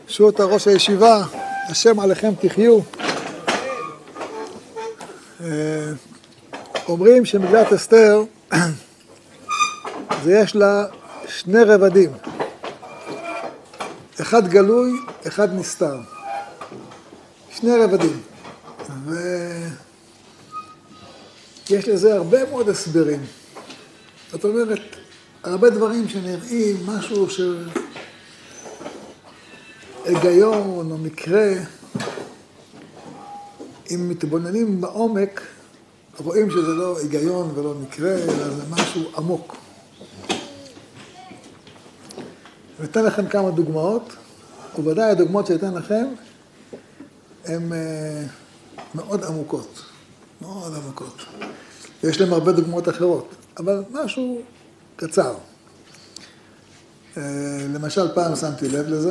שו"ת ראש הישיבה, השם עליכם תחיו. אומרים שמגילת אסתר, זה יש לה שני רבדים. אחד גלוי, אחד נסתר. שני רבדים. ויש לזה הרבה מאוד הסברים. זאת אומרת, הרבה דברים שנראים משהו של היגיון או מקרה, אם מתבוננים בעומק, רואים שזה לא היגיון ולא מקרה, אלא זה משהו עמוק. ואתן לכם כמה דוגמאות, וודאי הדוגמאות שאתן לכם הן מאוד עמוקות, מאוד עמוקות. יש להם הרבה דוגמאות אחרות, אבל משהו קצר. למשל, פעם שמתי לב לזה,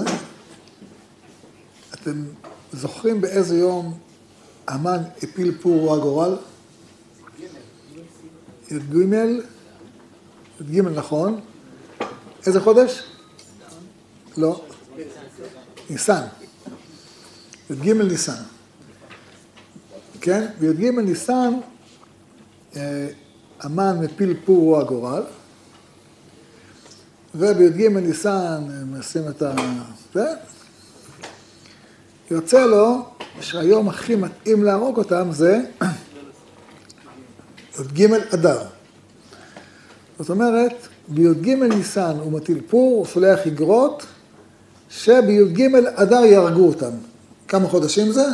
אתם זוכרים באיזה יום המן הפיל פור הגורל? י"ג, נכון. איזה חודש? לא. ניסן. י"ג ניסן. כן? בי"ג ניסן המן מפיל פור הגורל, ובי"ג ניסן הם עושים את זה. יוצא לו שהיום הכי מתאים להרוג אותם זה י"ג אדר. זאת אומרת, בי"ג ניסן הוא מטיל פור, הוא שולח איגרות, שבי"ג אדר יהרגו אותם. כמה חודשים זה?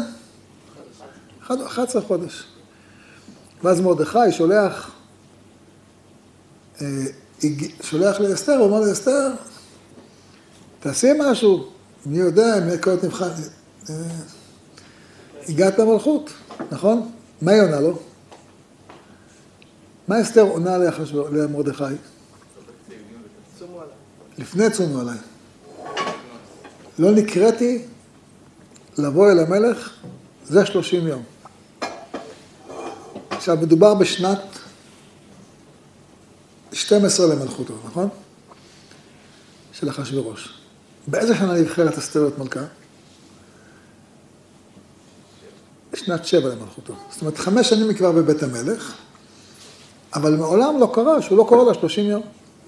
11 חודש. ואז מרדכי שולח לאסתר, הוא אומר לאסתר, תעשי משהו, מי יודע, מי יקרות נבחן. הגעת למלכות, נכון? מה היא עונה לו? מה אסתר עונה למרדכי? לפני צומו עליי. לא נקראתי לבוא אל המלך, זה 30 יום. עכשיו, מדובר בשנת 12 למלכותו, נכון? של אחשוורוש. באיזה שנה נבחרת אסתר להיות מלכה? שנת 7 למלכותו. זאת אומרת, 5 שנים היא כבר בבית המלך, אבל מעולם לא קרה שהוא לא קורא לה 30 יום.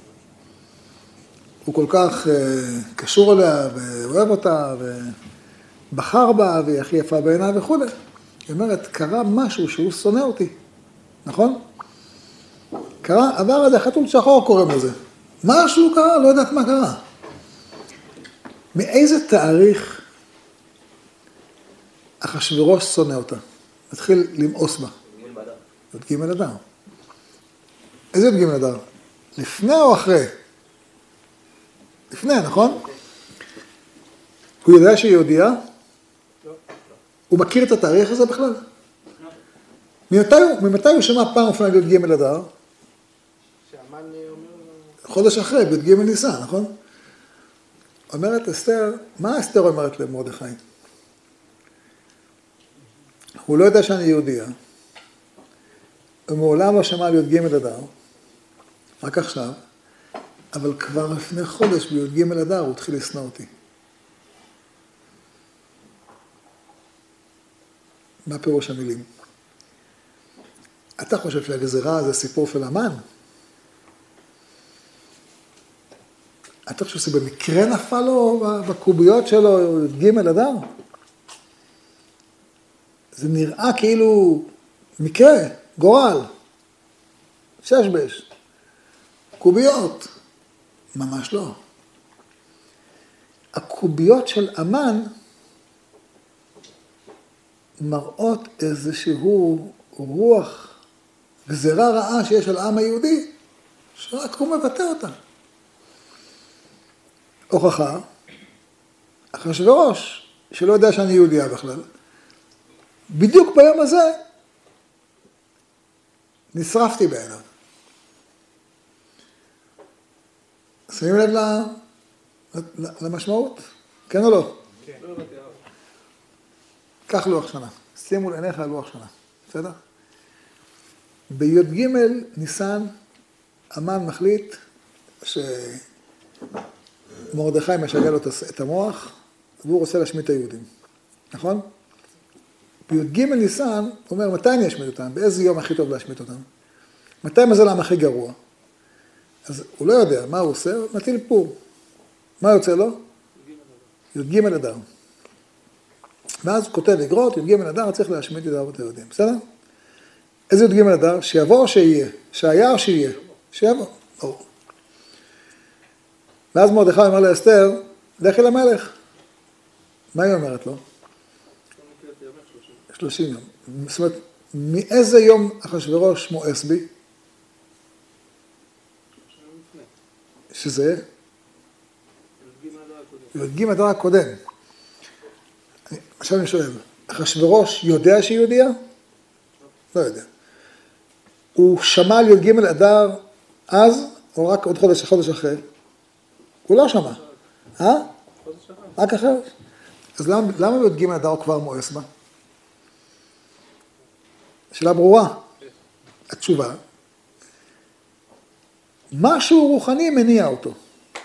הוא כל כך קשור אליה ואוהב אותה ובחר בה והיא הכי יפה בעיניו וכו'. היא אומרת, קרה משהו שהוא שונא אותי, נכון? קרה, עבר עד החתול שחור קוראים לזה. משהו קרה, לא יודעת מה קרה. מאיזה תאריך אחשוורוש שונא אותה? מתחיל למאוס בה. י"ג אדר. איזה י"ג אדר? לפני או אחרי? לפני, נכון? הוא יודע שהיא יהודייה? לא. הוא מכיר את התאריך הזה בכלל? ממתי הוא שמע פעם לפני י"ג אדר? שהמן אומר... חודש אחרי, בי"ג ניסן, נכון? אומרת אסתר, מה אסתר אומרת למרדכי? הוא לא יודע שאני יהודייה. הוא מעולם לא שמע על י"ג אדר, רק עכשיו, אבל כבר לפני חודש בי"ג אדר הוא התחיל לשנוא אותי. מה פירוש המילים? אתה חושב שהגזרה זה סיפור של המן? אתה חושב שבמקרה נפל לו בקוביות שלו י"ג אדר? זה נראה כאילו מקרה, גורל, ששבש, קוביות. ממש לא. הקוביות של המן מראות איזשהו רוח, גזרה רעה שיש על העם היהודי, שרק הוא מבטא אותה. הוכחה, אחשוורוש, שלא יודע שאני יהודייה בכלל, בדיוק ביום הזה נשרפתי בעיניו. שמים לב למשמעות? כן או לא? כן. קח לוח שנה. שימו לעיניך לוח שנה. בסדר? בי"ג ניסן, המן מחליט שמרדכי משגע לו את המוח, והוא רוצה להשמיד את היהודים, נכון? בי"ג ניסן, הוא אומר, מתי אני אשמיד אותם? באיזה יום הכי טוב להשמיד אותם? מתי מזלם הכי גרוע? אז הוא לא יודע מה הוא עושה, הוא מטיל פור. מה יוצא לו? י"ג אדר. ואז הוא כותב אגרות, י"ג אדר, צריך להשמיד את אבות היהודים, בסדר? איזה י"ג אדר? שיבוא או שיהיה? שהיה או שיהיה? שיבוא, ברור. ואז מרדכי אומר לאסתר, לכי למלך. מה היא אומרת לו? 30 יום. זאת אומרת, מאיזה יום אחשוורוש מואס בי? שזה? י"ג אדר הקודם. עכשיו אני שואל, אחשוורוש יודע שהיא יהודייה? לא יודע. הוא שמע על י"ג אדר אז, או רק עוד חודש אחרי? הוא לא שמע. רק אחר. אז למה י"ג אדר הוא כבר מואס בה? שאלה ברורה. התשובה, משהו רוחני מניע אותו.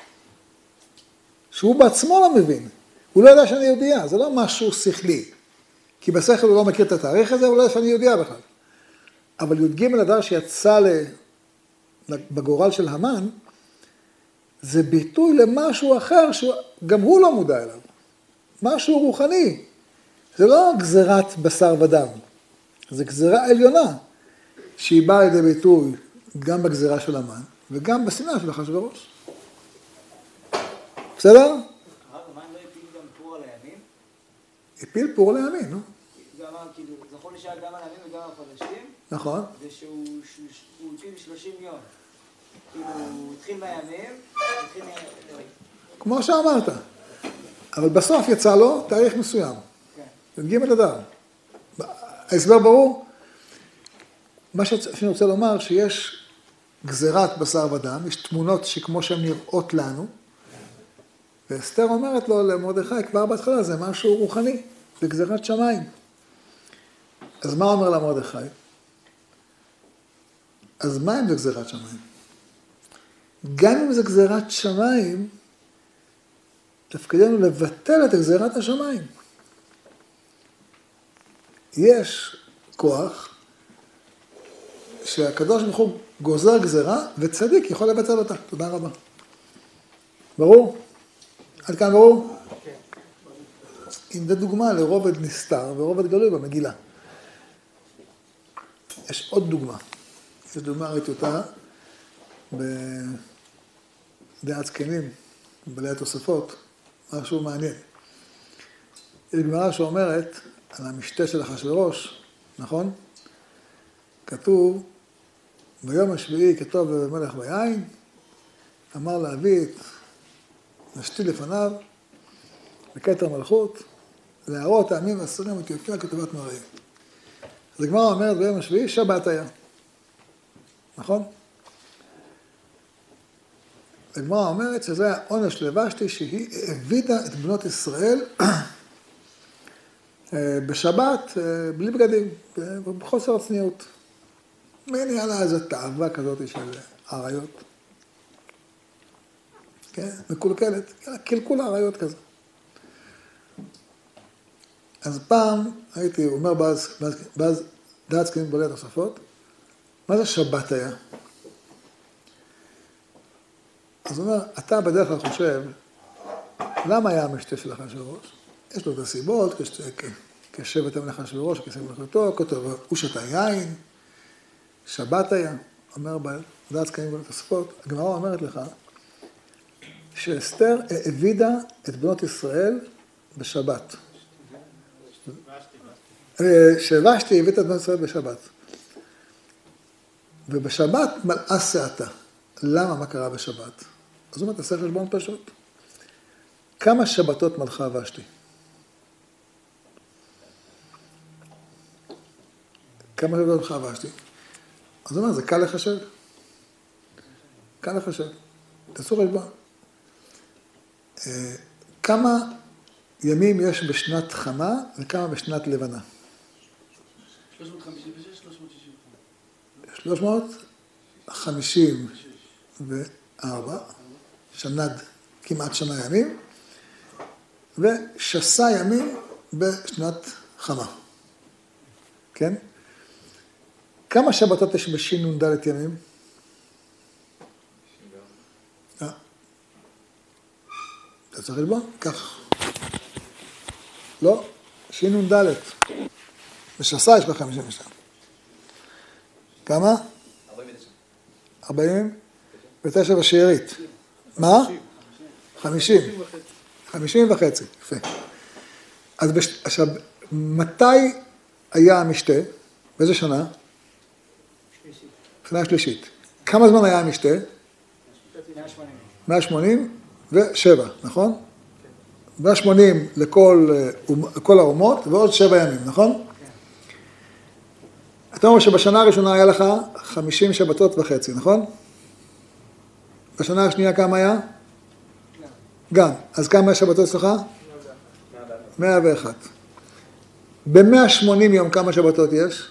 שהוא בעצמו לא מבין. הוא לא יודע שאני יהודייה, זה לא משהו שכלי. כי בשכל הוא לא מכיר את התאריך הזה, הוא לא יודע שאני יהודייה בכלל. אבל י"ג אדר שיצא בגורל של המן, זה ביטוי למשהו אחר שגם הוא לא מודע אליו. משהו רוחני. זה לא גזירת בשר ודם. זה גזירה עליונה, שהיא באה לידי ביטוי גם בגזירה של המן, וגם בשנאה של אחשוורוש. בסדר? המן לא הפיל גם פור על הימים? הפיל פור על הימים, נו. כאילו, זכור לי שהיה גם על הימים וגם על החודשים. נכון. זה שהוא הפיל 30 יום. כאילו, הוא התחיל מהימים, התחיל כמו שאמרת. אבל בסוף יצא לו תאריך מסוים. י"ג אדר. ההסבר ברור? מה שאני רוצה לומר, שיש גזירת בשר ודם, יש תמונות שכמו שהן נראות לנו, ואסתר אומרת לו למרדכי, כבר בהתחלה זה משהו רוחני, זה גזירת שמיים. אז מה אומר למרדכי? אז מה אם זה גזירת שמיים? גם אם זה גזירת שמיים, תפקידנו לבטל את גזירת השמיים. יש כוח שהקדוש ברוך הוא גוזר גזירה, וצדיק יכול לבטל אותה. תודה רבה. ברור? עד כאן ברור? כן. אם זה דוגמה לרובד נסתר ורובד גלוי במגילה. יש עוד דוגמה. יש דוגמה, ראיתי אותה בדעת זקנים, בלי התוספות, משהו מעניין. יש גמרא שאומרת על המשתה של אחשוורוש, נכון? כתוב, ביום השביעי כתוב במלך ביין, אמר להביא את נשתי לפניו, בכתר מלכות, להראות העמים והשרים אתיופיה כתובת מראה. אז הגמרא אומרת ביום השביעי, שבת היה. נכון? הגמרא אומרת שזה היה עונש לוושתי שהיא העבידה את בנות ישראל בשבת, בלי בגדים, בחוסר הצניעות. נראה לה איזו תאווה כזאת של עריות. כן, מקולקלת, קלקול העריות כזה. אז פעם הייתי אומר באז דעת זקנים בלי התוספות, מה זה שבת היה? אז הוא אומר, אתה בדרך כלל חושב, למה היה המשתה של אחשוורוש? יש לו את הסיבות, כשבט המלך אחשוורוש, כשבט מלכותו, כתוב, הוא שתה יין, שבת היה, אומר בדעת זקנים בלי התוספות, הגמרא אומרת לך, שאסתר העבידה את בנות ישראל בשבת. שוושתי הביא את בנות ישראל בשבת. ובשבת מלאה שעתה. למה? מה קרה בשבת? אז הוא אומר, תעשה חשבון פשוט. כמה שבתות מלכה ושתי? כמה שבתות מלכה ושתי? אז הוא אומר, זה קל לחשב. קל לחשב. תעשו חשבון. כמה ימים יש בשנת חמה וכמה בשנת לבנה? 356, 354, כמעט שנה ימים, ושסה ימים בשנת חמה. כן? כמה שבתות יש בשנ"ד ימים? אתה צריך ללבון? כך. לא, שנ"ד. בשסה יש לך 52. כמה? 49 בשארית. מה? 50. 50 וחצי, יפה. אז עכשיו, מתי היה המשתה? באיזה שנה? שנה שלישית. כמה זמן היה המשתה? 187, נכון? 180 לכל האומות, ועוד 7 ימים, נכון? אתה אומר שבשנה הראשונה היה לך 50 שבתות וחצי, נכון? בשנה השנייה כמה היה? גם. אז כמה שבתות אצלך? 101. ב-180 יום כמה שבתות יש?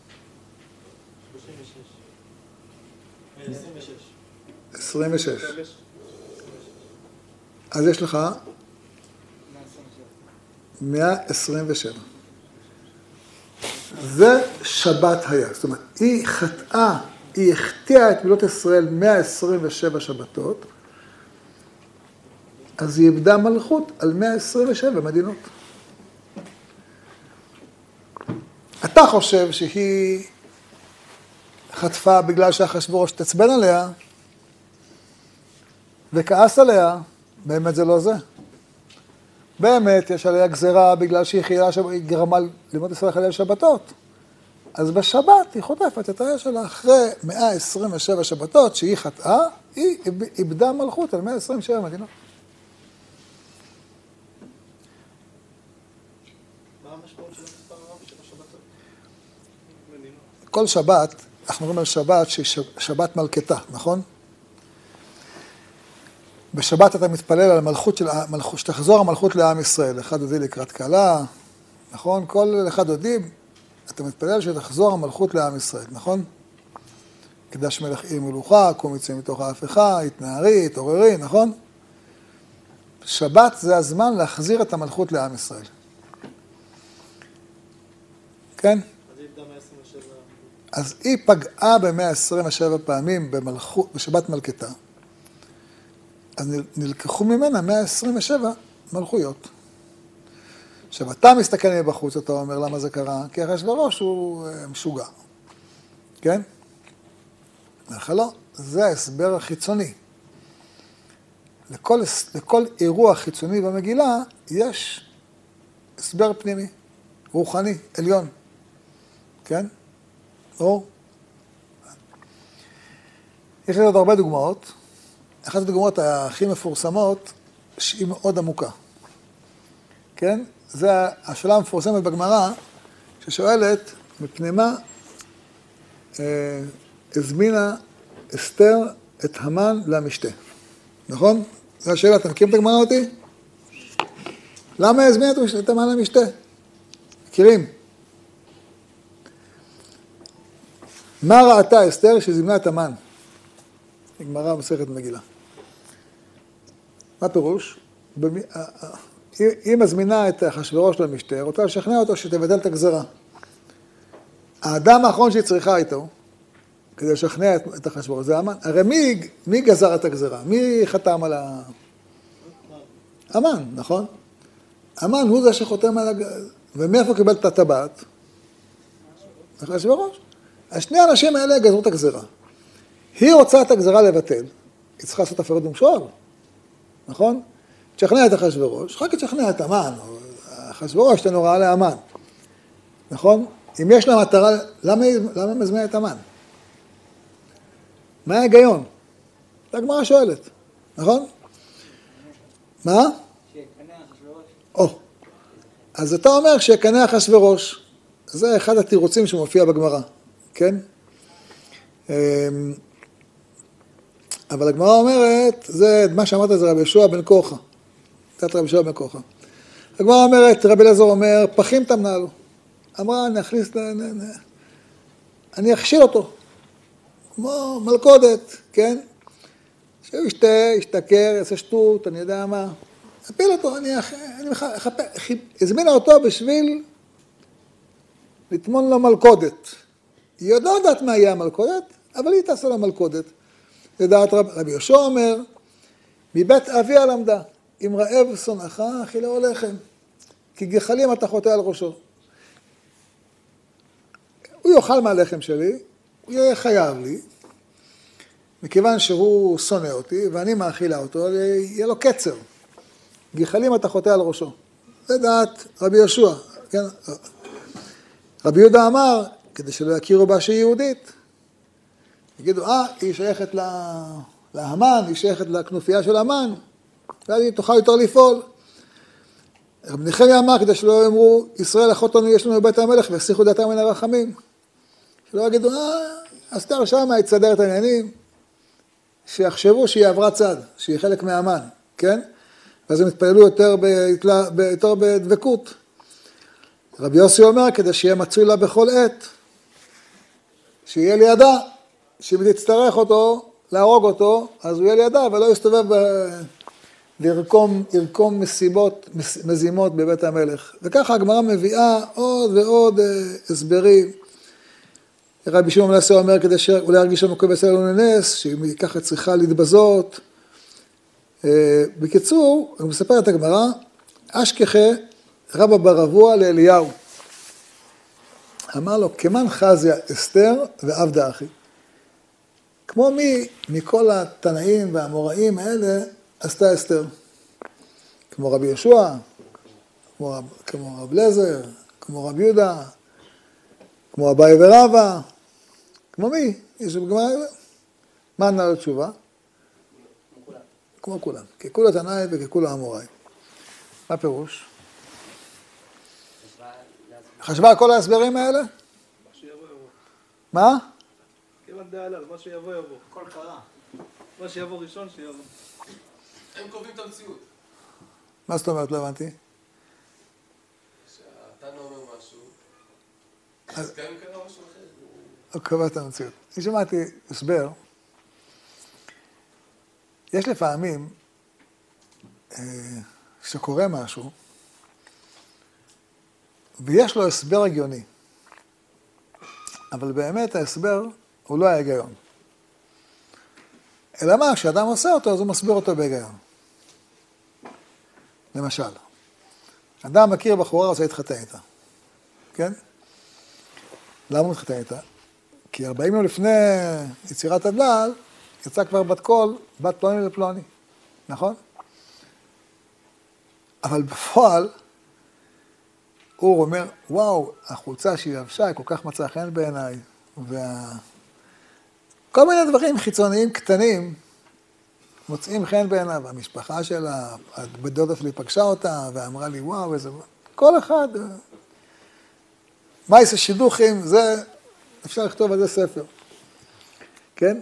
26. אז יש לך 127. זה שבת היה. זאת אומרת, היא חטאה, היא החטיאה את מילות ישראל 127 שבתות, אז היא איבדה מלכות על 127 מדינות. אתה חושב שהיא חטפה בגלל שאחשוורוש תעצבן עליה וכעס עליה, באמת זה לא זה. באמת יש עליה גזרה בגלל שהיא גרמה לימוד ישראל חלל שבתות. אז בשבת היא חוטפת את האש שלה אחרי 127 שבתות שהיא חטאה, היא איבדה מלכות על 127 מדינות. מה המשמעות של המספר הרב של השבתות? כל שבת, אנחנו אומרים על שבת שהיא שבת מלכתה, נכון? בשבת אתה מתפלל על המלכות, שתחזור המלכות לעם ישראל. אחד דודי לקראת כלה, נכון? כל אחד דודי, אתה מתפלל שתחזור המלכות לעם ישראל, נכון? קדש מלך עיר מלוכה, קום יצא מתוך ההפכה, התנערי, התעוררי, נכון? שבת זה הזמן להחזיר את המלכות לעם ישראל. כן? אז היא פגעה ב-127 פעמים בשבת מלכתה. אז נלקחו ממנה 127 מלכויות. עכשיו, אתה מסתכל מבחוץ, אתה אומר, למה זה קרה? כי אחשוורוש הוא משוגע. כן? לך לא, זה ההסבר החיצוני. לכל אירוע חיצוני במגילה, יש הסבר פנימי, רוחני, עליון. כן? או? יש לי עוד הרבה דוגמאות. אחת הדוגמאות הכי מפורסמות, שהיא מאוד עמוקה. כן? זה השאלה המפורסמת בגמרא, ששואלת, מפני מה הזמינה אסתר את המן למשתה. נכון? זו השאלה, אתם מכירים את הגמרא אותי? למה הזמינה את המן למשתה? מכירים? מה ראתה אסתר שזימנה את המן? גמרא מסכת מגילה. מה פירוש? היא מזמינה את אחשוורוש למשתה, רוצה לשכנע אותו שתבטל את הגזרה. האדם האחרון שהיא צריכה איתו, כדי לשכנע את אחשוורוש, זה המן. הרי מי גזר את הגזרה? מי חתם על המן, נכון? המן הוא זה שחותם על ומאיפה קיבל את הטבעת? אחשוורוש. השני האנשים האלה גזרו את הגזרה. היא רוצה את הגזרה לבטל, היא צריכה לעשות הפרד ומשול, נכון? תשכנע את אחשוורוש, אחר כך תשכנע את המן, או אחשוורוש תנורא להמן, נכון? אם יש לה מטרה, למה מזמינה את המן? מה ההיגיון? זה הגמרא שואלת, נכון? מה? שיקנא אחשוורוש. או, אז אתה אומר שיקנא אחשוורוש, זה אחד התירוצים שמופיע בגמרא, כן? אבל הגמרא אומרת, זה מה שאמרת זה רבי יהושע בן כוחה. קצת רבי יהושע בן כוחה. הגמרא אומרת, רבי אליעזר אומר, פחים תמנעלו. אמרה, אני אכשיל אותו. כמו מלכודת, כן? שהוא ישתה, ישתכר, יעשה שטות, אני יודע מה. הפיל אותו, אני הזמינה אותו בשביל לטמון לו מלכודת. היא עוד לא יודעת מה יהיה המלכודת, אבל היא תעשה לו מלכודת. לדעת רבי יהושע אומר, מבית אביה למדה, אם רעב שונאך, אכילהו לחם, כי גחלים אתה חוטא על ראשו. הוא יאכל מהלחם שלי, הוא יהיה חייב לי, מכיוון שהוא שונא אותי, ואני מאכילה אותו, יהיה לו קצר. גחלים אתה חוטא על ראשו. זה דעת רבי יהושע. כן? רבי יהודה אמר, כדי שלא יכירו בה שהיא יהודית, יגידו, היא שייכת להמן, היא שייכת לכנופיה של המן, ואז היא תוכל יותר לפעול. רבי נחמיה אמר, כדי שלא יאמרו, ישראל אחותנו יש לנו בבית המלך, והסיחו דעתם מן הרחמים. שלא יגידו, אסתר שמה יתסדר את העניינים, שיחשבו שהיא עברה צד, שהיא חלק מהמן, כן? ואז הם התפעלו יותר בדבקות. רבי יוסי אומר, כדי שיהיה מצוי לה בכל עת, שיהיה לידה, שאם תצטרך אותו, להרוג אותו, אז הוא יהיה לידה, ולא יסתובב לרקום מסיבות, מזימות בבית המלך. וככה הגמרא מביאה עוד ועוד הסברים. רבי שמעון מנסה אומר, כדי שאולי ירגיש לנו כבשר לנו נס, שהיא ככה צריכה להתבזות. בקיצור, הוא מספר את הגמרא, אשכחה רבא בר אבוה לאליהו. אמר לו, כמן חזיה אסתר ועבדה אחי. כמו מי מכל התנאים והאמוראים האלה עשתה אסתר. כמו רבי יהושע, כמו רב לזר, כמו רב יהודה, כמו אביי ורבא, כמו מי? יש בגמרא, מה ענה לו תשובה? כמו כולם, ככול התנאי וככול האמוראי. מה פירוש? חשבה על כל ההסברים האלה? מה שיבוא יבוא. מה? כמעט דעה עליו, מה שיבוא יבוא. הכל קרה. מה שיבוא ראשון שיבוא. הם קובעים את המציאות. מה זאת אומרת? לא הבנתי. שהתנא אומר משהו, אז גם אם קרה משהו אחר. הוא קבע את המציאות. אני שמעתי הסבר. יש לפעמים שקורה משהו, ויש לו הסבר הגיוני. אבל באמת ההסבר הוא לא ההיגיון. אלא מה, כשאדם עושה אותו, אז הוא מסביר אותו בהיגיון. למשל, אדם מכיר בחורה, רוצה להתחתן איתה. כן? למה הוא מתחתן איתה? כי 40 יום לפני יצירת הבעל, יצא כבר בת קול, בת פלוני לפלוני. נכון? אבל בפועל, הוא אומר, וואו, החולצה שהיא לבשה, היא כל כך מצאה חן בעיניי, כל מיני דברים חיצוניים קטנים, מוצאים חן בעיניו, המשפחה שלה, הדודה שלי פגשה אותה, ואמרה לי, וואו, איזה... כל אחד, מה יעשה שידוכים, זה, אפשר לכתוב על זה ספר. כן?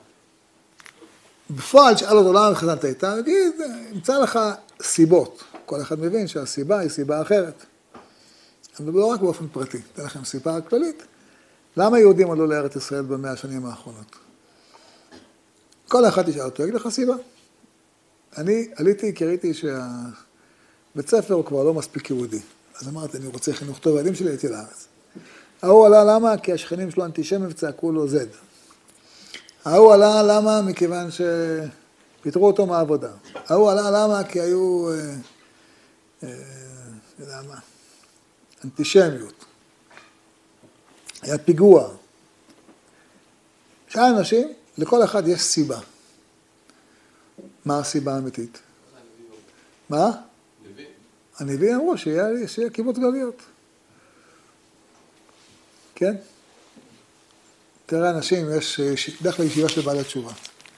בפועל, שאל אותו, למה חתנת איתה? נגיד, ימצא לך סיבות. כל אחד מבין שהסיבה היא סיבה אחרת. אבל לא רק באופן פרטי, אתן לכם סיבה כללית. למה יהודים עלו לארץ ישראל ב100 השנים האחרונות? כל אחד תשאל אותו, יגיד לך סיבה. אני עליתי כי ראיתי שהבית ספר הוא כבר לא מספיק יהודי. אז אמרתי, אני רוצה חינוך טוב, הילדים שלי הייתי לארץ. ההוא עלה למה? כי השכנים שלו אנטישמים וצעקו לו זד. ההוא עלה למה? מכיוון שפיטרו אותו מהעבודה. ההוא עלה למה? כי היו, יודע מה, אנטישמיות. היה פיגוע. שאר אנשים, לכל אחד יש סיבה. מה הסיבה האמיתית? מה? הנביאים אמרו שיהיה קיבוץ גלויות. כן? תראה אנשים, יש דרך לישיבה של בעלי תשובה.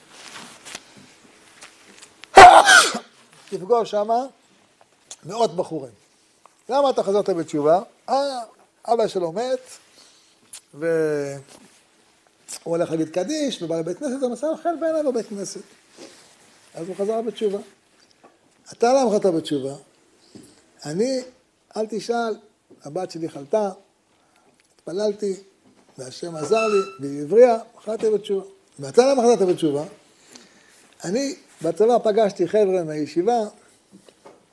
תפגוש שמה מאות בחורים. למה אתה חזרת בתשובה? אבא שלו מת, והוא הולך להגיד קדיש, ובא לבית כנסת, ומצא לו חן בעיניו בבית כנסת. אז הוא חזר בתשובה. אתה למה חזרת בתשובה? אני, אל תשאל, הבת שלי חלתה, התפללתי, והשם עזר לי, והיא הבריאה, חזרתי בתשובה. ואתה למה חזרת בתשובה? אני בצבא פגשתי חבר'ה מהישיבה,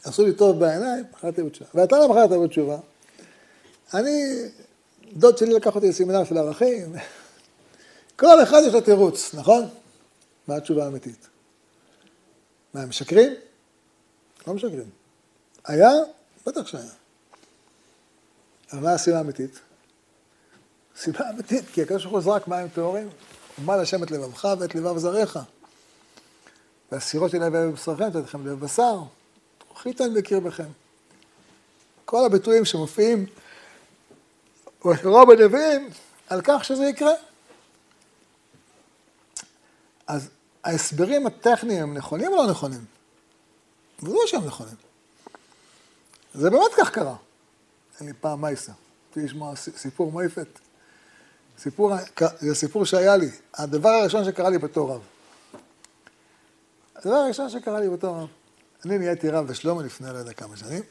עשו לי טוב בעיניים, בחרתי בתשובה. ואתה לא בחרת בתשובה. דוד שלי לקח אותי לסמינר של ערכים. כל אחד יש לו תירוץ, נכון? מה התשובה האמיתית? מה, הם משקרים? לא משקרים. היה? בטח שהיה. אבל מה הסיבה האמיתית? סיבה אמיתית, כי הקדוש ברוך הוא זרק מים טהורים, הוא בא לשם את לבבך ואת לבב זרעך. והסירות של לב בבשרכם, תתן לכם לב בשר, חיתן בקרבכם. כל הביטויים שמופיעים רוב הנביאים על כך שזה יקרה. אז ההסברים הטכניים הם נכונים או לא נכונים? ודאי שהם נכונים. זה באמת כך קרה. אין לי פעם מייסה. רציתי לשמוע סיפור מויפת. זה סיפור שהיה לי. הדבר הראשון שקרה לי בתור רב. הדבר הראשון שקרה לי בתור רב. אני נהייתי רב בשלמה לפני לא יודע כמה שנים.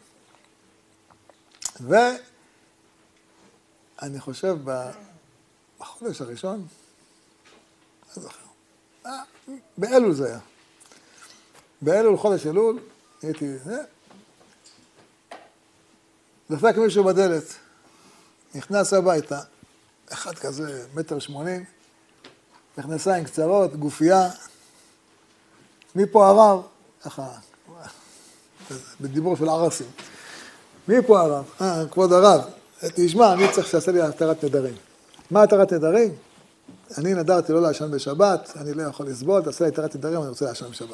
ואני חושב בחודש הראשון, לא זוכר. באלול זה היה. באלול, חודש אלול, הייתי, דפק מישהו בדלת, נכנס הביתה, אחד כזה, 1.80 מטר, מכנסיים קצרות, גופייה, מי פה הרב? ככה, בדיבור של ערסים. מי פה הרב? כבוד הרב, תשמע, אני צריך שיעשה לי התרת נדרים. מה התרת נדרים? אני נדרתי לא לעשן בשבת, אני לא יכול לסבול, תעשה לי התרת נדרים, אני רוצה לעשן בשבת.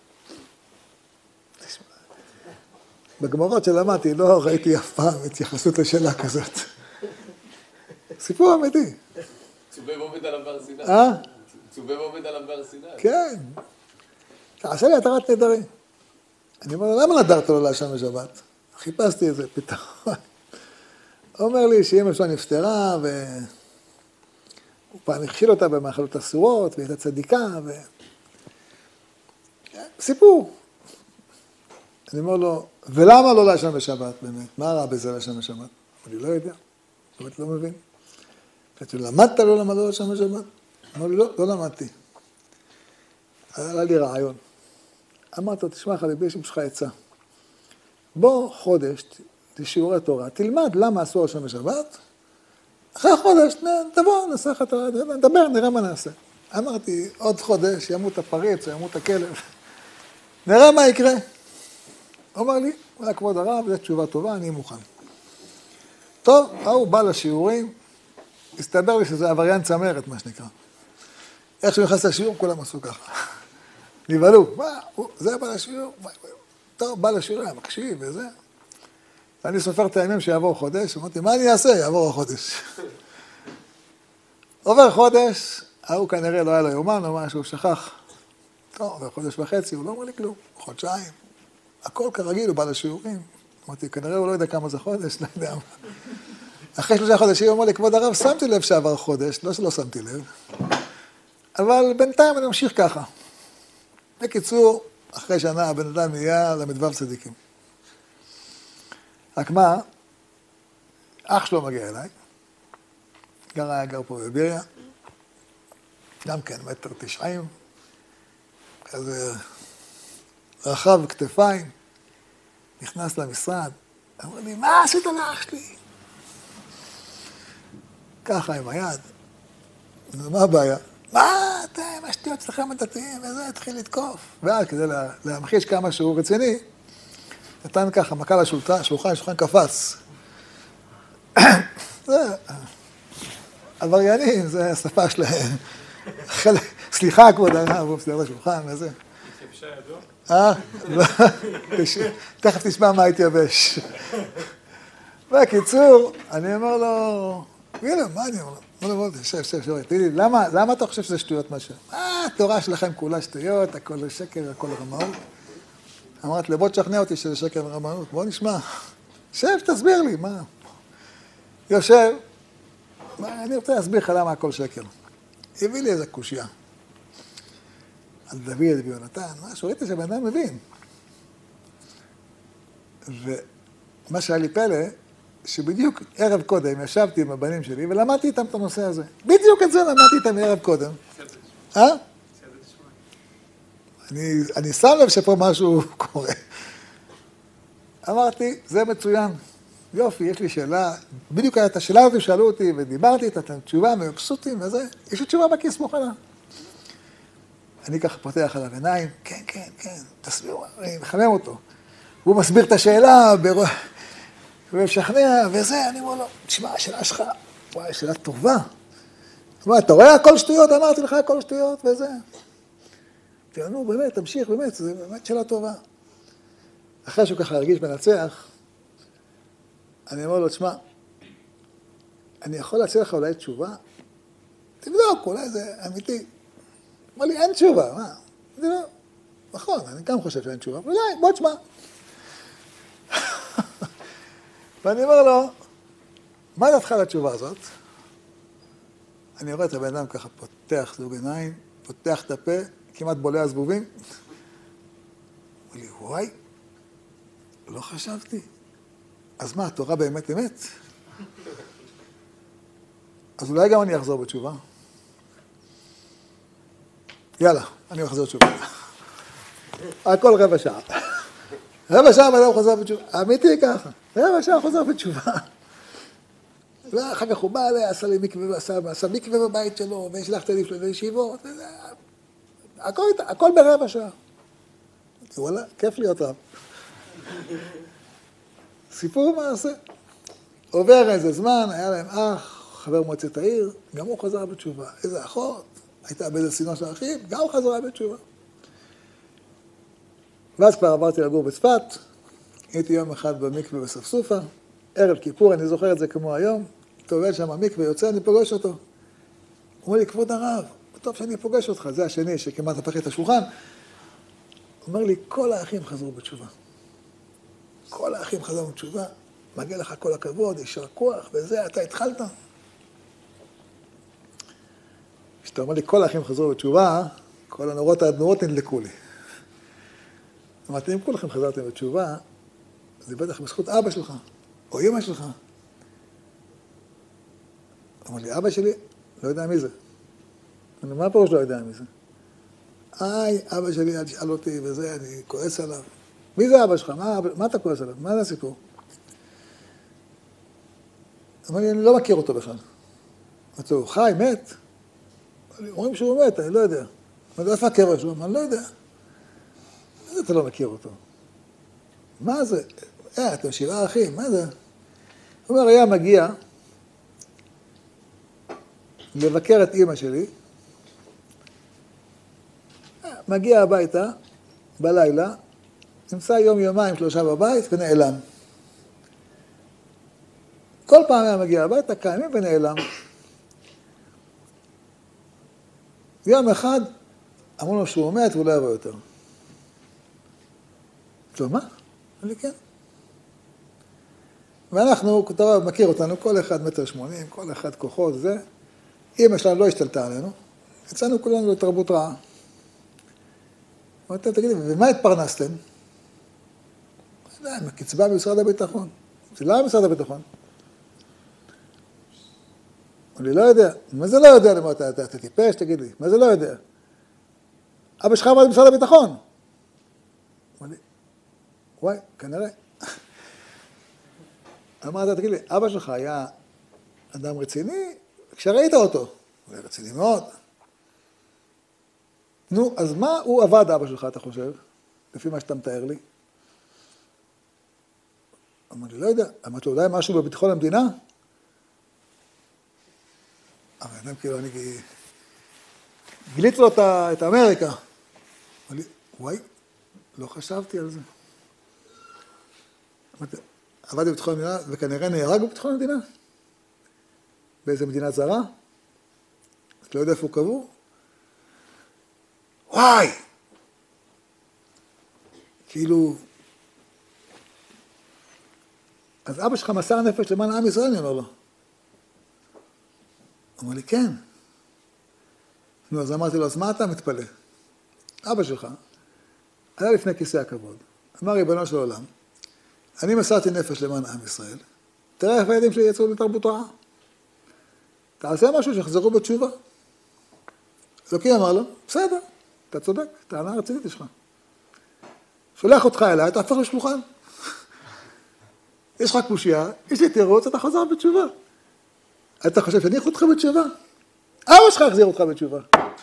בגמרות שלמדתי, לא ראיתי אף פעם התייחסות לשאלה כזאת. סיפור אמיתי. צובב עומד עליו בהר סיני. צובב עומד עליו בהר סיני. כן. תעשה לי התרת נדרים. אני אומר לו, למה נדרת לו לעשן בשבת? חיפשתי איזה פתרון. הוא אומר לי שאמא שלו נפטרה, הוא פעם הכחיל אותה במאכלות אסורות, והיא הייתה צדיקה, סיפור. אני אומר לו, ולמה לא לעשן בשבת באמת? מה רע בזה לעשן בשבת? אני לא יודע, באמת לא מבין. אמרתי לו, למדת לא למה לא לעשן בשבת? אמר לי, לא למדתי. עלה לי רעיון. אמרתי לו, תשמע חביבי, יש לך עצה. בוא חודש לשיעורי תורה, תלמד למה אסור לעשן בשבת, אחרי חודש תבוא, נעשה לך תורה, נדבר, נראה מה נעשה. אמרתי, עוד חודש ימות הפריץ או ימות הכלב, נראה מה יקרה. הוא אמר לי, כבוד הרב, זו תשובה טובה, אני מוכן. טוב, הוא בא לשיעורים, הסתבר לי שזה עבריין צמרת, מה שנקרא. איך שהוא נכנס לשיעור, כולם עשו ככה. נבהלו, זה בא לשיעור, טוב, בא לשיעור, היה מקשיב וזה. ואני סופר את הימים שיעבור חודש, אמרתי, מה אני אעשה? יעבור החודש. עובר חודש, הוא כנראה לא היה לו יומן או משהו, שכח. טוב, עובר חודש וחצי, הוא לא אומר לי כלום, חודשיים. הכל כרגיל, הוא בא לשיעורים. אמרתי, כנראה הוא לא יודע כמה זה חודש, לא יודע מה. אחרי 3 חודשים הוא אומר לי, כבוד הרב, שמתי לב שעבר חודש, לא שלא שמתי לב. אבל בינתיים אני ממשיך ככה. בקיצור, אחרי שנה הבן אדם נהיה למדבר צדיקים. רק מה, אח שלו מגיע אליי, גר פה בביריה, גם כן 1.90 מטר, כזה רחב כתפיים, נכנס למשרד, אמר לי, מה עשית לאח שלי? ככה עם היד, מה הבעיה? מה אתם, השטויות שלכם הדתיים, וזה התחיל לתקוף. ואז כדי להמחיש כמה שהוא רציני, נתן ככה, מכה לשולחן קפץ. זה, עבריינים, זה השפה שלהם. סליחה, כבוד הרב, הוא מסדר לשולחן, וזה. אפשר ידוע? לא, תכף תשמע מה התייבש. בקיצור, אני אומר לו, הנה, מה אני אומר לו? בוא, שב, תגיד לי, למה אתה חושב שזה שטויות מה ש... התורה שלכם כולה שטויות, הכל שקר, הכל רמאות. אמרת לי, בוא תשכנע אותי שזה שקר ורמאות, בוא נשמע. שב, תסביר לי, מה? יושב, אני רוצה להסביר לך למה הכל שקר. הביא לי איזה קושיה. על דוד ויונתן, משהו, ראיתי שבן אדם מבין. ומה שהיה לי פלא, שבדיוק ערב קודם ישבתי עם הבנים שלי ולמדתי איתם את הנושא הזה. בדיוק את זה למדתי איתם ערב קודם. אני שם לב שפה משהו קורה. אמרתי, זה מצוין. יופי, יש לי שאלה, בדיוק את השאלה הזאת שאלו אותי, ודיברתי איתה, תשובה, מבסוטים וזה, יש לי תשובה בכיס מוכנה. אני ככה פותח עליו עיניים, כן, כן, כן, תסבירו, אני מחמם אותו. הוא מסביר את השאלה, ומשכנע, וזה, אני אומר לו, תשמע, השאלה שלך, וואי, שאלה טובה. אתה רואה הכל שטויות, אמרתי לך הכל שטויות, וזה. נו, באמת, תמשיך, באמת, זו באמת שאלה טובה. אחרי שהוא ככה הרגיש מנצח, אני אומר לו, תשמע, אני יכול להציע לך אולי תשובה? תבדוק, אולי זה אמיתי. אמר לי, אין תשובה, מה? זה לא, נכון, אני גם חושב שאין תשובה, אבל אולי, בוא תשמע. ואני אומר לו, מה דעתך על התשובה הזאת? אני רואה את הבן אדם ככה פותח זוג עיניים, פותח את הפה, כמעט בולע זבובים. אמר לי, וואי, לא חשבתי. אז מה, התורה באמת אמת? אז אולי גם אני אחזור בתשובה. יאללה, אני אחזור בתשובה. הכל רבע שעה. רבע שעה ואדם חוזר בתשובה. אמיתי ככה. רבע שעה חוזר בתשובה. ואחר כך הוא בא אליי, עשה לי מקווה, עשה מקווה בבית שלו, ושלח את הילדים שלו לישיבות. הכל ברבע שעה. וואלה, כיף להיות רב. סיפור מעשה. עובר איזה זמן, היה להם אח, חבר מועצת העיר, גם הוא חזר בתשובה. איזה אחות, הייתה באיזה סינון של האחים, גם הוא חזרה בתשובה. ואז כבר עברתי לגור בצפת, הייתי יום אחד במקווה בספסופה, ערב כיפור, אני זוכר את זה כמו היום, טובל שם המקווה, יוצא, אני פוגש אותו. הוא אומר לי, כבוד הרב, טוב שאני פוגש אותך, זה השני שכמעט הפך את השולחן. הוא אומר לי, כל האחים חזרו בתשובה. כל האחים חזרו בתשובה, מגיע לך כל הכבוד, יישר כוח, וזה, אתה התחלת. כשאתה אומר לי, כל האחים חזרו בתשובה, כל הנורות האדנורות נדלקו לי. אמרתי, אם כולכם חזרתם בתשובה, זה בטח בזכות אבא שלך, או אמא שלך. אמר לי, אבא שלי, לא יודע מי זה. אני אומר, מה פירוש לא יודע מי זה? אבא שלי, אל תשאל אותי וזה, אני כועס עליו. מי זה אבא שלך? מה אתה כועס עליו? מה זה הסיפור? אמר לי, אני לא מכיר אותו בכלל. אמרתי לו, חי, מת? אומרים שהוא מת, אני לא יודע. אמרתי לו, איפה הקבר שלו? אני לא יודע. מה זה אתה לא מכיר אותו? מה זה? אתם 7 אחים, מה זה? הוא אומר, היה מגיע לבקר את אמא שלי, מגיע הביתה בלילה, נמצא יום, יומיים, 3 בבית ונעלם. כל פעם היה מגיע הביתה, קיימים ונעלם. יום אחד אמרו לו שהוא מת והוא לא יבוא יותר. טוב, מה? אמר לי, כן. ואנחנו, אתה מכיר אותנו, כל אחד 1.80 מטר, כל אחד כוחות, זה. אמא שלנו לא השתלטה עלינו, יצאנו כולנו לתרבות רעה. אמרתי, תגידי, ומה התפרנסתם? לא יודע, הקצבה במשרד הביטחון. זה לא היה משרד הביטחון. אמר לי, לא יודע. מה זה לא יודע? אתה טיפש, תגיד לי. מה זה לא יודע? אבא שלך עבד במשרד הביטחון. אמר לי, וואי, כנראה. אמרת, תגיד לי, אבא שלך היה אדם רציני, כשראית אותו, הוא היה רציני מאוד. נו, אז מה הוא עבד, אבא שלך, אתה חושב? לפי מה שאתה מתאר לי. אמר לי, לא יודע. אמרתי לו, אולי משהו בביטחון המדינה? אבל כאילו, אני גיליתי לו את אמריקה. אמר לי, וואי, לא חשבתי על זה. אמרתי, עבדתי בביטחון המדינה, וכנראה נהרג בביטחון המדינה. באיזה מדינה זרה? את לא יודע איפה הוא קבור? וואי! כאילו... אז אבא שלך מסר נפש למען עם ישראל, אני אומר לו. הוא אומר לי, כן. נו, אז אמרתי לו, אז מה אתה מתפלא? אבא שלך היה לפני כיסא הכבוד. אמר, ריבונו של עולם, אני מסרתי נפש למען עם ישראל. תראה איך הילדים שלי יצאו לתרבות רעה. תעשה משהו שיחזרו בתשובה. אלוקים אמר לו, בסדר, אתה צודק, טענה רצינית שלך. שולח אותך אליי, תהפוך לשלוחן. יש לך קושייה, יש לי תירוץ, אתה חוזר בתשובה. אתה חושב שאני אכניס אותך בתשובה? אבא שלך יחזיר אותך בתשובה.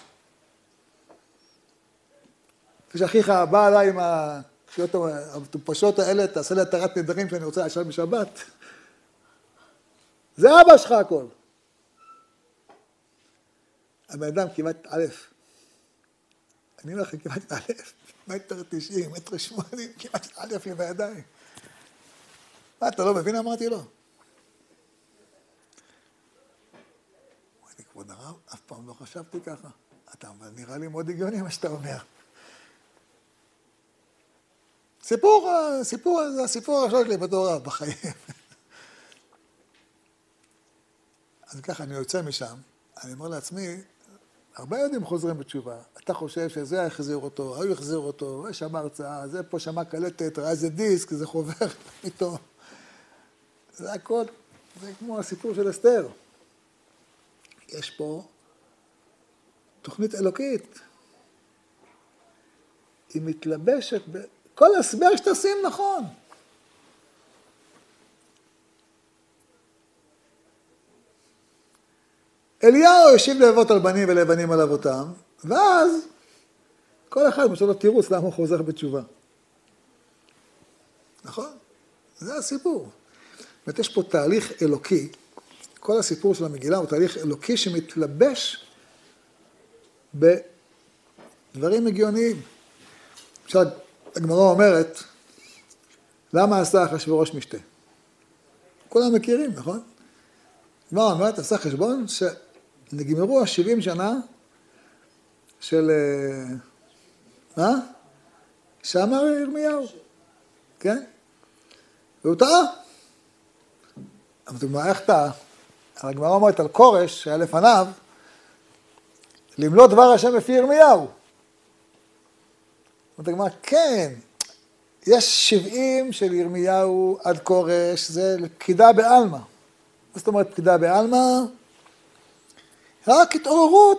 כשאחיך בא עליי עם הקריאות המטופשות האלה, תעשה לי התרת נדרים שאני רוצה לשאול בשבת. זה אבא שלך הכל. הבן אדם כמעט א', אני אומר לכם כמעט א', 1.90 מטר, 1.80 מטר, כמעט א' לי בידיים. מה, אתה לא מבין? אמרתי לו. אני כבוד הרב, אף פעם לא חשבתי ככה. אתה נראה לי מאוד הגיוני מה שאתה אומר. סיפור, זה הסיפור הראשון שלי בתור רב בחיים. אז ככה, אני יוצא משם, אני אומר לעצמי, הרבה יודעים חוזרים בתשובה. אתה חושב שזה יחזיר אותו, הוא יחזיר אותו, יש שם הרצאה, זה פה שמע קלטת, ראה איזה דיסק, זה חובר איתו. זה הכל, זה כמו הסיפור של אסתר. יש פה תוכנית אלוקית. היא מתלבשת כל הסבר שתשים נכון. אליהו ישיב לאבות על בנים ולבנים על אבותם, ואז כל אחד משהו לו תירוץ למה הוא חוזר בתשובה. נכון? זה הסיפור. זאת אומרת, יש פה תהליך אלוקי. כל הסיפור של המגילה הוא תהליך אלוקי שמתלבש בדברים הגיוניים. עכשיו, הגמרא אומרת, למה עשה אחשוורוש משתה? כולם מכירים, נכון? הגמרא אומרת, עשה חשבון שנגמרו ה-70 שנה של... מה? שאמר ירמיהו. כן? והוא טעה. אבל מה, איך טעה? הגמרא אומרת על כורש שהיה לפניו, למלוא דבר השם לפי ירמיהו. זאת אומרת, כן, יש 70 של ירמיהו עד כורש, זה פקידה בעלמא. זאת אומרת, פקידה בעלמא, רק התעוררות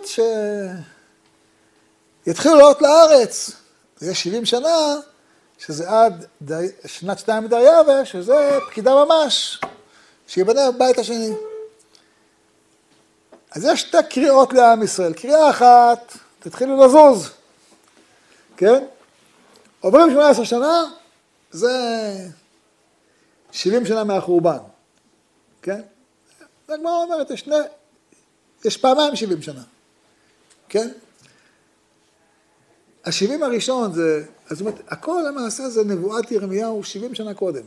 שיתחילו לעלות לארץ. יש 70 שנה, שזה עד שנת 2 בדרייבש, שזה פקידה ממש, שיבנה בבית השני. אז יש שתי קריאות לעם ישראל. קריאה אחת, תתחילו לזוז, כן? עוברים 18 שנה, זה 70 שנה מהחורבן, כן? הגמרא אומרת, יש פעמיים 70 שנה, כן? ה-70 הראשון זה, זאת אומרת, הכל למעשה זה נבואת ירמיהו 70 שנה קודם.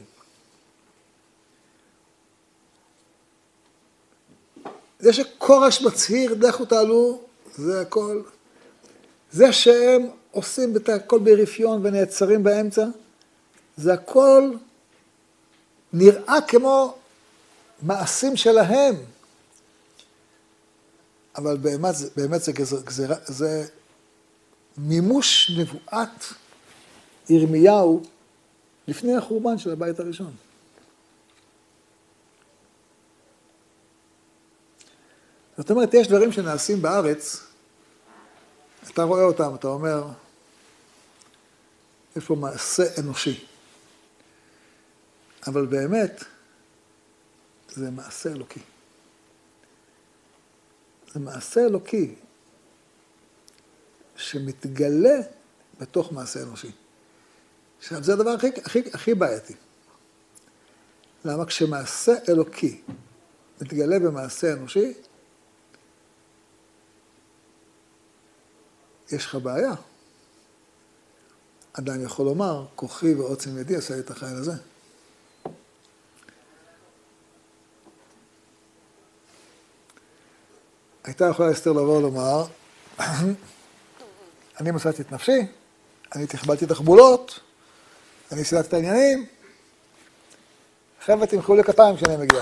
זה שכורש מצהיר, לכו תעלו, זה הכל. זה שהם עושים את הכל ברפיון ונעצרים באמצע, זה הכל נראה כמו מעשים שלהם. אבל באמת זה מימוש נבואת ירמיהו לפני החורבן של הבית הראשון. זאת אומרת, יש דברים שנעשים בארץ, אתה רואה אותם, אתה אומר, יש פה מעשה אנושי. אבל באמת, זה מעשה אלוקי. זה מעשה אלוקי שמתגלה בתוך מעשה אנושי. עכשיו, זה הדבר הכי בעייתי. למה? כשמעשה אלוקי מתגלה במעשה אנושי, יש לך בעיה. אדם יכול לומר, כוחי ועוצם ידי עשה את החיל הזה. הייתה יכולה אסתר לבוא לומר, אני מסעתי את נפשי, אני תכבלתי את החבולות, אני סילתי את העניינים, חבר'ה תמחאו לי כפיים כשאני מגיע.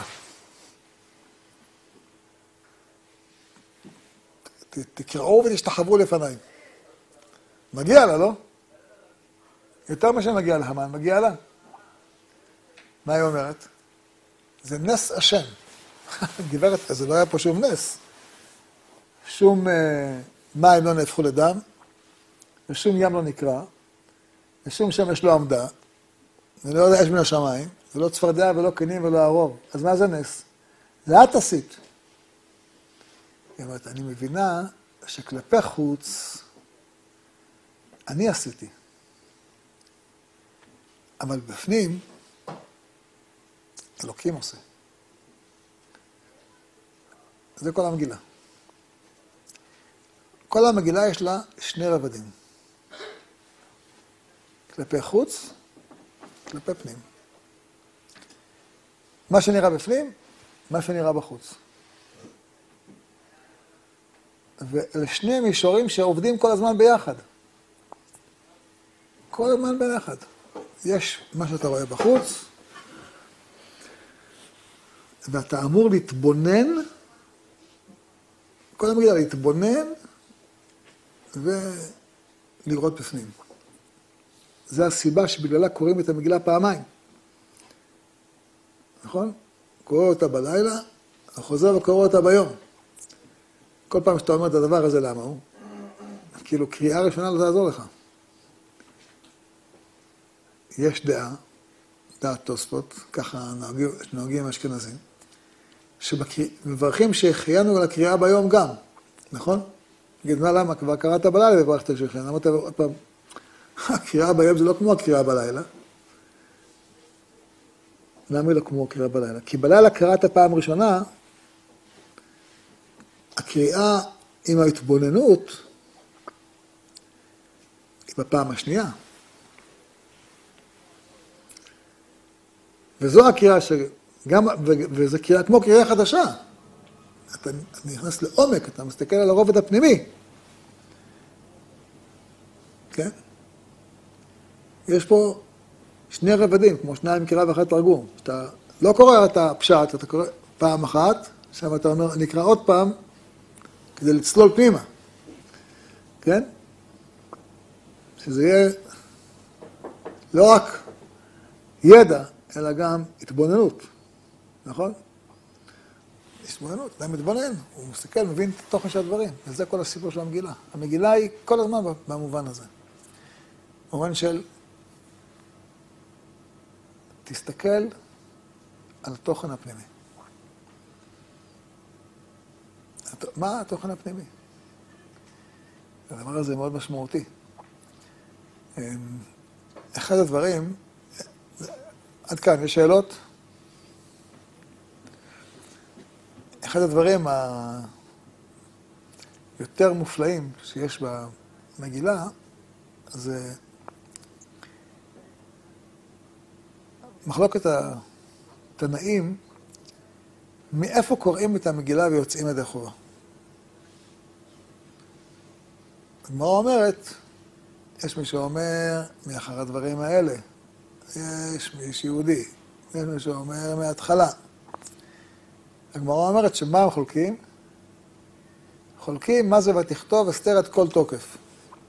תקראו ותשתחוו לפניי. מגיע לה, לא? יותר מה שמגיע להמן, מגיע לה. מה היא אומרת? זה נס השם. גברת, זה לא היה פה שום נס. שום מים לא נהפכו לדם, ושום ים לא נקרא, ושום שמש לא עמדה, ולא יודע אש מן השמיים, ולא צפרדע ולא קנים ולא הרוב. אז מה זה נס? זה את עשית. היא אומרת, אני מבינה שכלפי חוץ אני עשיתי. אבל בפנים אלוקים עושה. זה כל המגילה. כל המגילה יש לה שני רבדים. כלפי חוץ, כלפי פנים. מה שנראה בפנים, מה שנראה בחוץ. ואלה שני מישורים שעובדים כל הזמן ביחד. כל הזמן ביחד. יש מה שאתה רואה בחוץ, ואתה אמור להתבונן, כל המגילה להתבונן ולראות בפנים. זו הסיבה שבגללה קוראים את המגילה פעמיים. נכון? קורא אותה בלילה, חוזר וקורא אותה ביום. כל פעם שאתה אומר את הדבר הזה, למה הוא? כאילו, קריאה ראשונה לא תעזור לך. יש דעה, דעת תוספות, ככה נוהגים עם אשכנזים, שמברכים שהחיינו על הקריאה ביום גם, נכון? נגיד, מה למה? כבר קראת בלילה וברכת שהחיינו, למה אתה עוד פעם? הקריאה ביום זה לא כמו הקריאה בלילה. למה היא לא כמו הקריאה בלילה? כי בלילה קראת פעם ראשונה, הקריאה עם ההתבוננות היא בפעם השנייה. וזו הקריאה שגם, וזה קריאה כמו קריאה חדשה. אתה נכנס לעומק, אתה מסתכל על הרובד הפנימי. כן? יש פה שני רבדים, כמו שניים קריאה ואחת תרגום. אתה לא קורא את הפשט, אתה קורא פעם אחת, עכשיו אתה אומר, נקרא עוד פעם, כדי לצלול פנימה. כן? שזה יהיה לא רק ידע, אלא גם התבוננות. נכון? התבוננות, אדם מתבונן, הוא מסתכל, מבין את התוכן של הדברים. וזה כל הסיפור של המגילה. המגילה היא כל הזמן במובן הזה. במובן של תסתכל על התוכן הפנימי. מה התוכן הפנימי? הדבר הזה מאוד משמעותי. אחד הדברים, עד כאן, יש שאלות? אחד הדברים היותר מופלאים שיש במגילה, זה מחלוקת התנאים, מאיפה קוראים את המגילה ויוצאים ידי חובה. הגמרא אומרת, יש מי שאומר, מאחר הדברים האלה, יש מיש יהודי, יש מי שאומר מההתחלה. הגמרא אומרת שמה הם חולקים? חולקים מה זה ותכתוב אסתר את כל תוקף.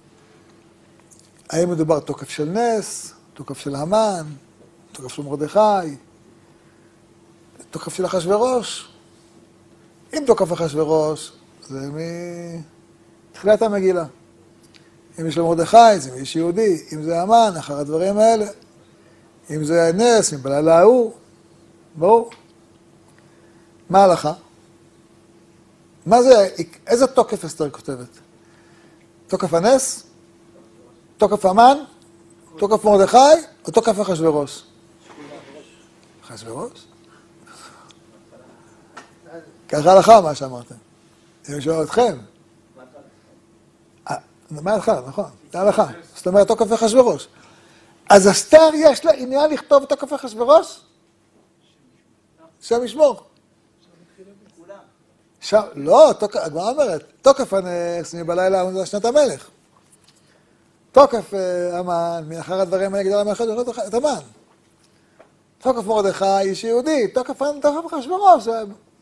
האם מדובר תוקף של נס, תוקף של המן, תוקף של מרדכי, תוקף של אחשוורוש? אם תוקף אחשוורוש, זה מתחילת המגילה. אם יש לו מרדכי, זה מיש יהודי, אם זה המן, אחר הדברים האלה. אם זה נס, אם בלילה ההוא, ברור. מה ההלכה? מה זה, איזה תוקף אסתר כותבת? תוקף הנס? תוקף המן? תוקף מרדכי? או תוקף אחשוורוש? אחשוורוש? ככה ההלכה מה שאמרתם. אני שואל אתכם. מה ההלכה? נכון, זה ההלכה. זאת אומרת, תוקף אחשוורוש. אז אסתר יש לה עניין לכתוב תוקף אחשוורוש? שם ישמור. לא, הגמרא אומרת, תוקף הנס מבלילה זה שנת המלך. תוקף המן, מאחר הדברים האלה גדול המלך את המן. תוקף מרדכי, איש יהודי, תוקף אחשוורוש, זה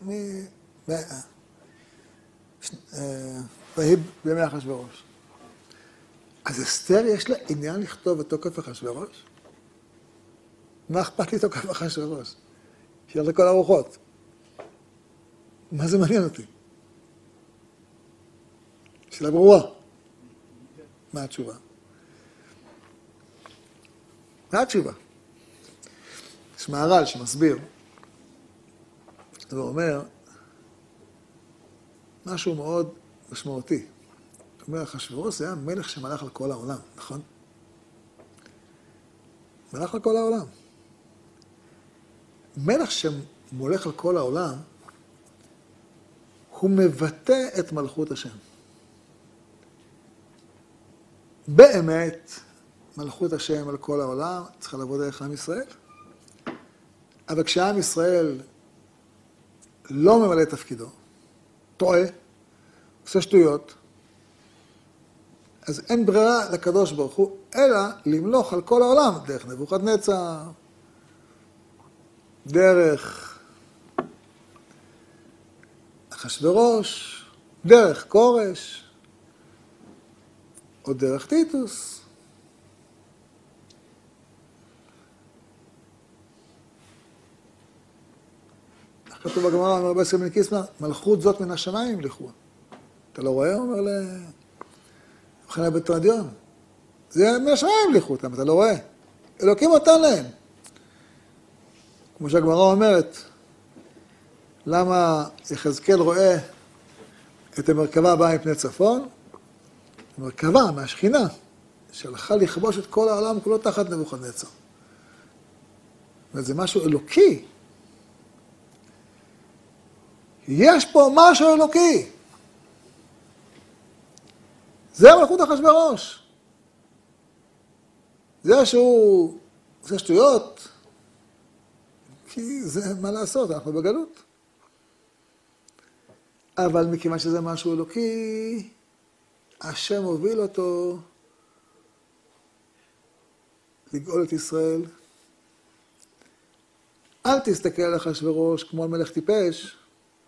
ויהי בימי אחשוורוש. אז אסתר יש לה עניין לכתוב את תוקף אחשוורוש? מה אכפת לי תוקף אחשוורוש? שיהיה לכל הרוחות. מה זה מעניין אותי? שאלה ברורה. מה התשובה? מה התשובה? יש מהר"ל שמסביר, הוא אומר משהו מאוד משמעותי. הוא אומר, אחשוורוש זה היה מלך שמלך על כל העולם, נכון? מלך על כל העולם. מלך שמולך על כל העולם, הוא מבטא את מלכות השם. באמת, מלכות השם על כל העולם צריכה לבוא דרך עם ישראל. אבל כשעם ישראל לא ממלא את תפקידו, טועה, עושה שטויות, אז אין ברירה לקדוש ברוך הוא, אלא למלוך על כל העולם, דרך נבוכדנצר, דרך אחשוורוש, דרך כורש, או דרך טיטוס. כתוב בגמרא, אומר בעשר בן קיסמא, מלכות זאת מן השמיים ימלכו. אתה לא רואה? הוא אומר למחנה בטרדיון. זה מן השמיים ימלכו אותם, אתה לא רואה? אלוקים נתן להם. כמו שהגמרא אומרת, למה יחזקאל רואה את המרכבה הבאה מפני צפון? המרכבה מהשכינה, שהלכה לכבוש את כל העולם כולו תחת נבוכדנצר. וזה משהו אלוקי. יש פה משהו אלוקי. זה מלכות אחשוורוש. זה שהוא עושה שטויות, כי זה מה לעשות, אנחנו בגלות. אבל מכיוון שזה משהו אלוקי, השם הוביל אותו לגאול את ישראל. אל תסתכל על אחשוורוש כמו על מלך טיפש.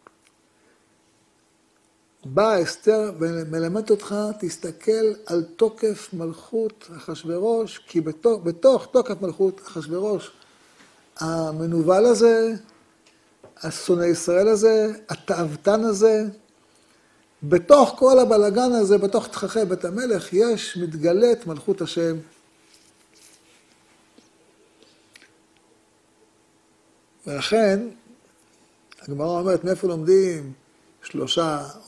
בא אסתר ומלמד אותך, תסתכל על תוקף מלכות אחשוורוש, כי בתוך תוקף מלכות אחשוורוש, המנוול הזה, השונא ישראל הזה, התאוותן הזה, בתוך כל הבלגן הזה, בתוך תככי בית המלך, יש מתגלית מלכות השם. ולכן, הגמרא אומרת, מאיפה לומדים? 3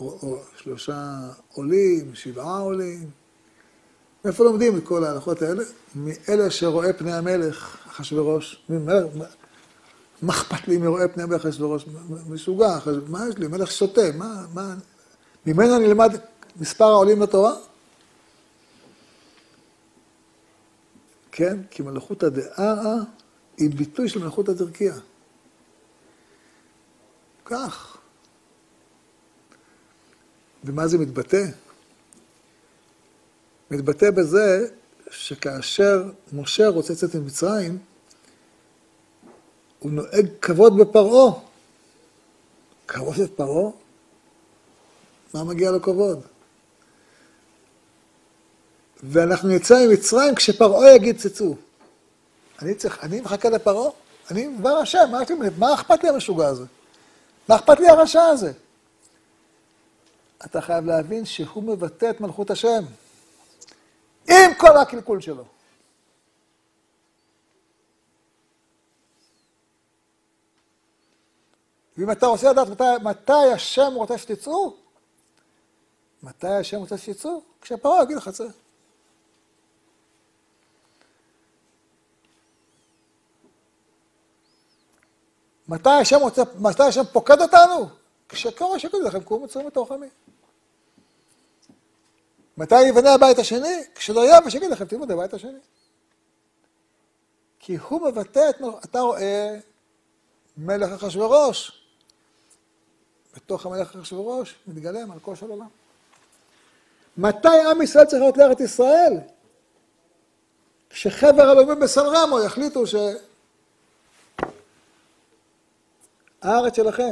עולים, 7 עולים. מאיפה לומדים את כל ההלכות האלה? מאלה שרואה פני המלך אחשוורוש. מה אכפת לי מרואה פני המלך אחשוורוש? משוגע, מה יש לי? מלך שוטה, מה? ממנו אני למד מספר העולים לתורה? כן, כי מלכות הדעה היא ביטוי של מלכות הדרכיה. כך. ומה זה מתבטא? מתבטא בזה שכאשר משה רוצה לצאת ממצרים, הוא נוהג כבוד בפרעה. כבוד בפרעה? מה מגיע לו כבוד? ואנחנו נצא ממצרים כשפרעה יגיד צאו. אני מחכה לפרעה? אני דבר השם, מה אכפת לי המשוגע הזה? מה אכפת לי הרשע הזה? אתה חייב להבין שהוא מבטא את מלכות השם. עם כל הקלקול שלו. ואם אתה רוצה לדעת מתי השם רוצה שתצאו, מתי השם רוצה שתצאו? כשפרעה יגיד לך צא. מתי השם פוקד אותנו? כשכורש יגיד לכם, קומו מצרים מתוך עמי. מתי יבנה הבית השני? כשלא יהיה ושיגיד לכם, תלמוד הבית השני. כי הוא מבטא את אתה רואה מלך אחשוורוש. בתוך המלך אחשוורוש מתגלם על כל של עולם. מתי עם ישראל צריך להיות לארץ ישראל? כשחבר הלאומים בסן רמו יחליטו הארץ שלכם.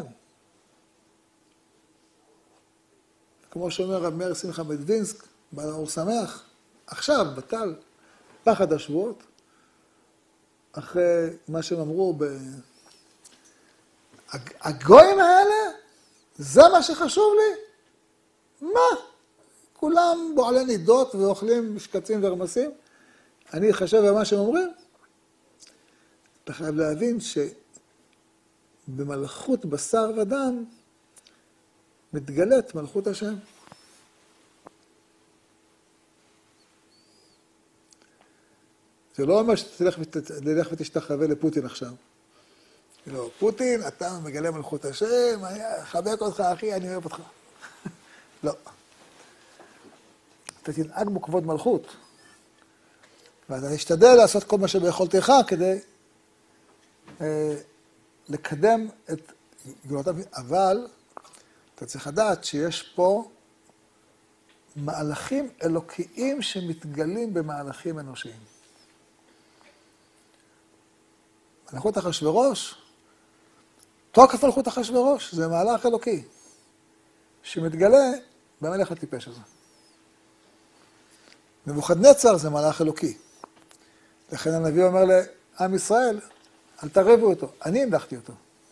כמו שאומר רב מאיר שמחה מדווינסק, בעל אור שמח, עכשיו, בטל, פחד השבועות, אחרי מה שהם אמרו, הגויים האלה, זה מה שחשוב לי? מה? כולם בועלי נידות ואוכלים משקצים ורמסים? אני חושב במה שהם אומרים? אתה חייב להבין שבמלכות בשר ודם מתגלית מלכות השם. זה לא אומר שתלך ותשתחווה לפוטין עכשיו. לא, פוטין, אתה מגלה מלכות השם, חבק אותך אחי, אני אוהב אותך. לא. אתה תנהג בו כבוד מלכות. ואתה תשתדל לעשות כל מה שביכולתך כדי לקדם את גאולת אבינו. אבל אתה צריך לדעת שיש פה מהלכים אלוקיים שמתגלים במהלכים אנושיים. מלכות אחשוורוש, תוקף מלכות אחשוורוש, זה מהלך אלוקי, שמתגלה במלך הטיפש הזה. נבוכדנצר זה מהלך אלוקי. לכן הנביא אומר לעם ישראל, אל תערבו אותו, אני המלכתי אותו.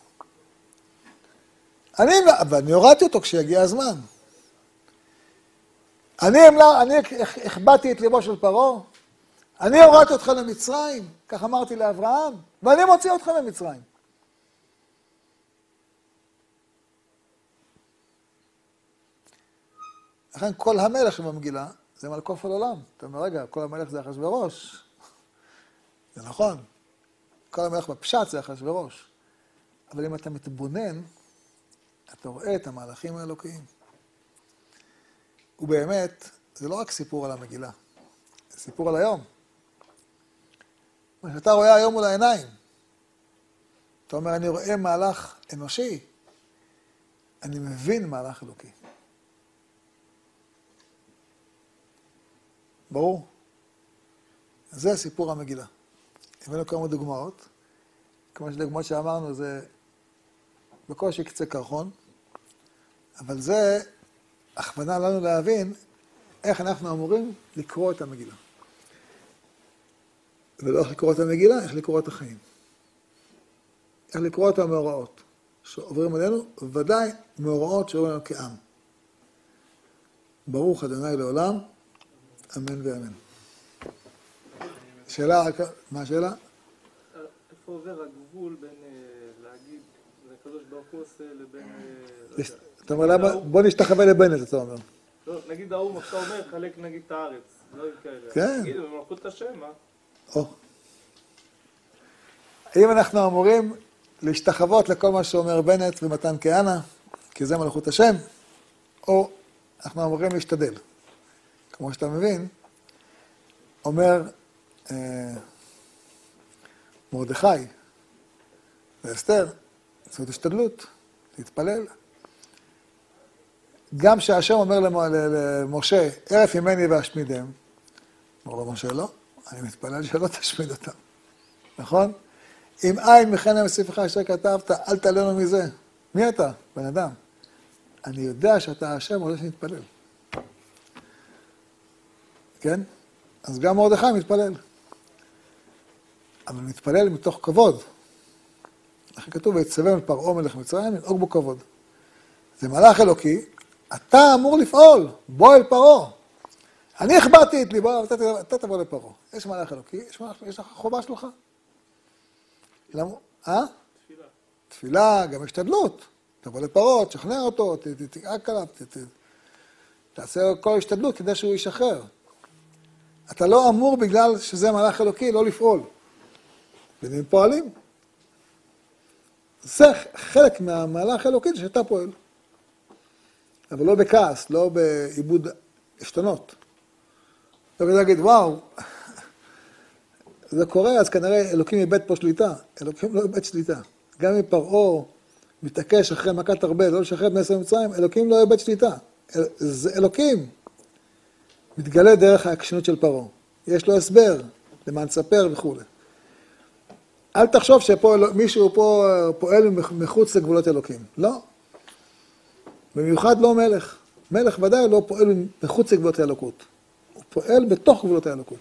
אבל אני הורדתי אותו כשיגיע הזמן. אני הכבדתי את ליבו של פרעה, אני הורדתי אותך למצרים, כך אמרתי לאברהם, ואני מוציא אותך למצרים. לכן כל המלך שבמגילה זה מלכו של עולם. אתה אומר, רגע, כל המלך זה אחשוורוש. זה נכון. כל המלך בפשט זה אחשוורוש. אבל אם אתה מתבונן, אתה רואה את המהלכים האלוקיים. ובאמת, זה לא רק סיפור על המגילה, זה סיפור על היום. מה שאתה רואה היום מול העיניים, אתה אומר, אני רואה מהלך אנושי, אני מבין מהלך אלוקי. ברור? זה סיפור המגילה. הבאנו כמה דוגמאות. כמו שדוגמאות שאמרנו, זה בקושי קצה קרחון, אבל זה הכוונה לנו להבין איך אנחנו אמורים לקרוא את המגילה. ולא איך לקרוא את המגילה, איך לקרוא את החיים. איך לקרוא את המאורעות שעוברים עלינו, ודאי מאורעות שעוברים עלינו כעם. ברוך ה' לעולם, אמן ואמן. שאלה, מה השאלה? איפה עובר הגבול בין להגיד, לקדוש ברוך הוא עושה לבין... אתה אומר, למה? בוא נשתחווה לבנט, אתה אומר. לא, נגיד האום, אתה אומר, חלק נגיד את הארץ, לא עם כאלה. כן. נגיד, במלכות השם, מה? או. האם אנחנו אמורים להשתחוות לכל מה שאומר בנט ומתן כהנא, כי זה מלכות השם, או אנחנו אמורים להשתדל? כמו שאתה מבין, אומר מרדכי ואסתר, זאת השתדלות, להתפלל. גם שהשם אומר למשה, ערף ימני ואשמידם, אומר לו משה, לא, אני מתפלל שלא תשמיד אותם. נכון? אם אין מכן המסיפך אשר כתבת, אל תעלנו מזה. מי אתה? בן אדם. אני יודע שאתה השם, רוצה שנתפלל. כן? אז גם מרדכי מתפלל. אבל מתפלל מתוך כבוד. לכן כתוב, ויצווה אל פרעה מלך מצרים, לנהוג בו כבוד. זה מהלך אלוקי, אתה אמור לפעול, בוא אל פרעה. אני הכבדתי את ליבו, אתה תבוא לפרעה. יש מהלך אלוקי, יש לך חובה שלך. למה? תפילה. תפילה, גם השתדלות. תבוא לפרעה, תשכנע אותו, תתעק עליו, תעשה כל השתדלות כדי שהוא ישחרר. אתה לא אמור בגלל שזה מהלך אלוקי לא לפעול. והם פועלים. זה חלק מהמהלך האלוקי שאתה פועל. אבל לא בכעס, לא בעיבוד עשתונות. לא כדי להגיד, וואו, זה קורה, אז כנראה אלוקים איבד פה שליטה. אלוקים לא איבד שליטה. גם אם פרעה מתעקש אחרי מכת הרבה, לא לשחרר בני ישראל מצרים, אלוקים לא איבד שליטה. זה אלוקים. מתגלה דרך העקשנות של פרעה. יש לו הסבר, למען ספר וכו'. אל תחשוב שמישהו פה פועל מחוץ לגבולות אלוקים. לא. במיוחד לא מלך. מלך ודאי לא פועל מחוץ לגבולות האלוקות. הוא פועל בתוך גבולות האלוקות.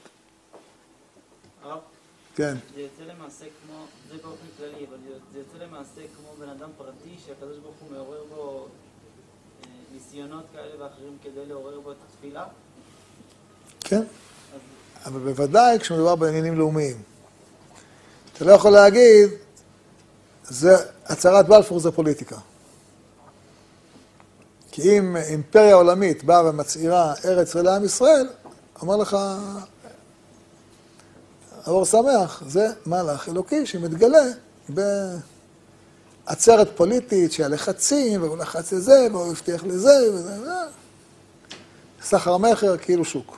כן. זה יוצא למעשה כמו, זה באופן כללי, אבל זה יוצא למעשה כמו בן אדם פרטי שהקדוש ברוך הוא מעורר בו ניסיונות כאלה ואחרים כדי לעורר בו את התפילה? כן. אבל בוודאי כשמדובר בעניינים לאומיים. אתה לא יכול להגיד, הצהרת בלפור זה פוליטיקה. כי אם אימפריה עולמית באה ומצעירה ארץ לעם ישראל, אומר לך, אור שמח, זה מהלך אלוקי שמתגלה בעצרת פוליטית שהיה לחצים, והוא לחץ לזה, והוא הבטיח לזה, וזה, סחר מכר כאילו שוק.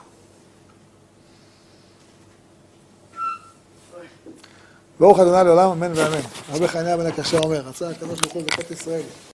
ברוך ה' לעולם, אמן ואמן. רבי חנינא בן עקשיא אומר, רצה הקדוש ברוך הוא ברכת ישראל.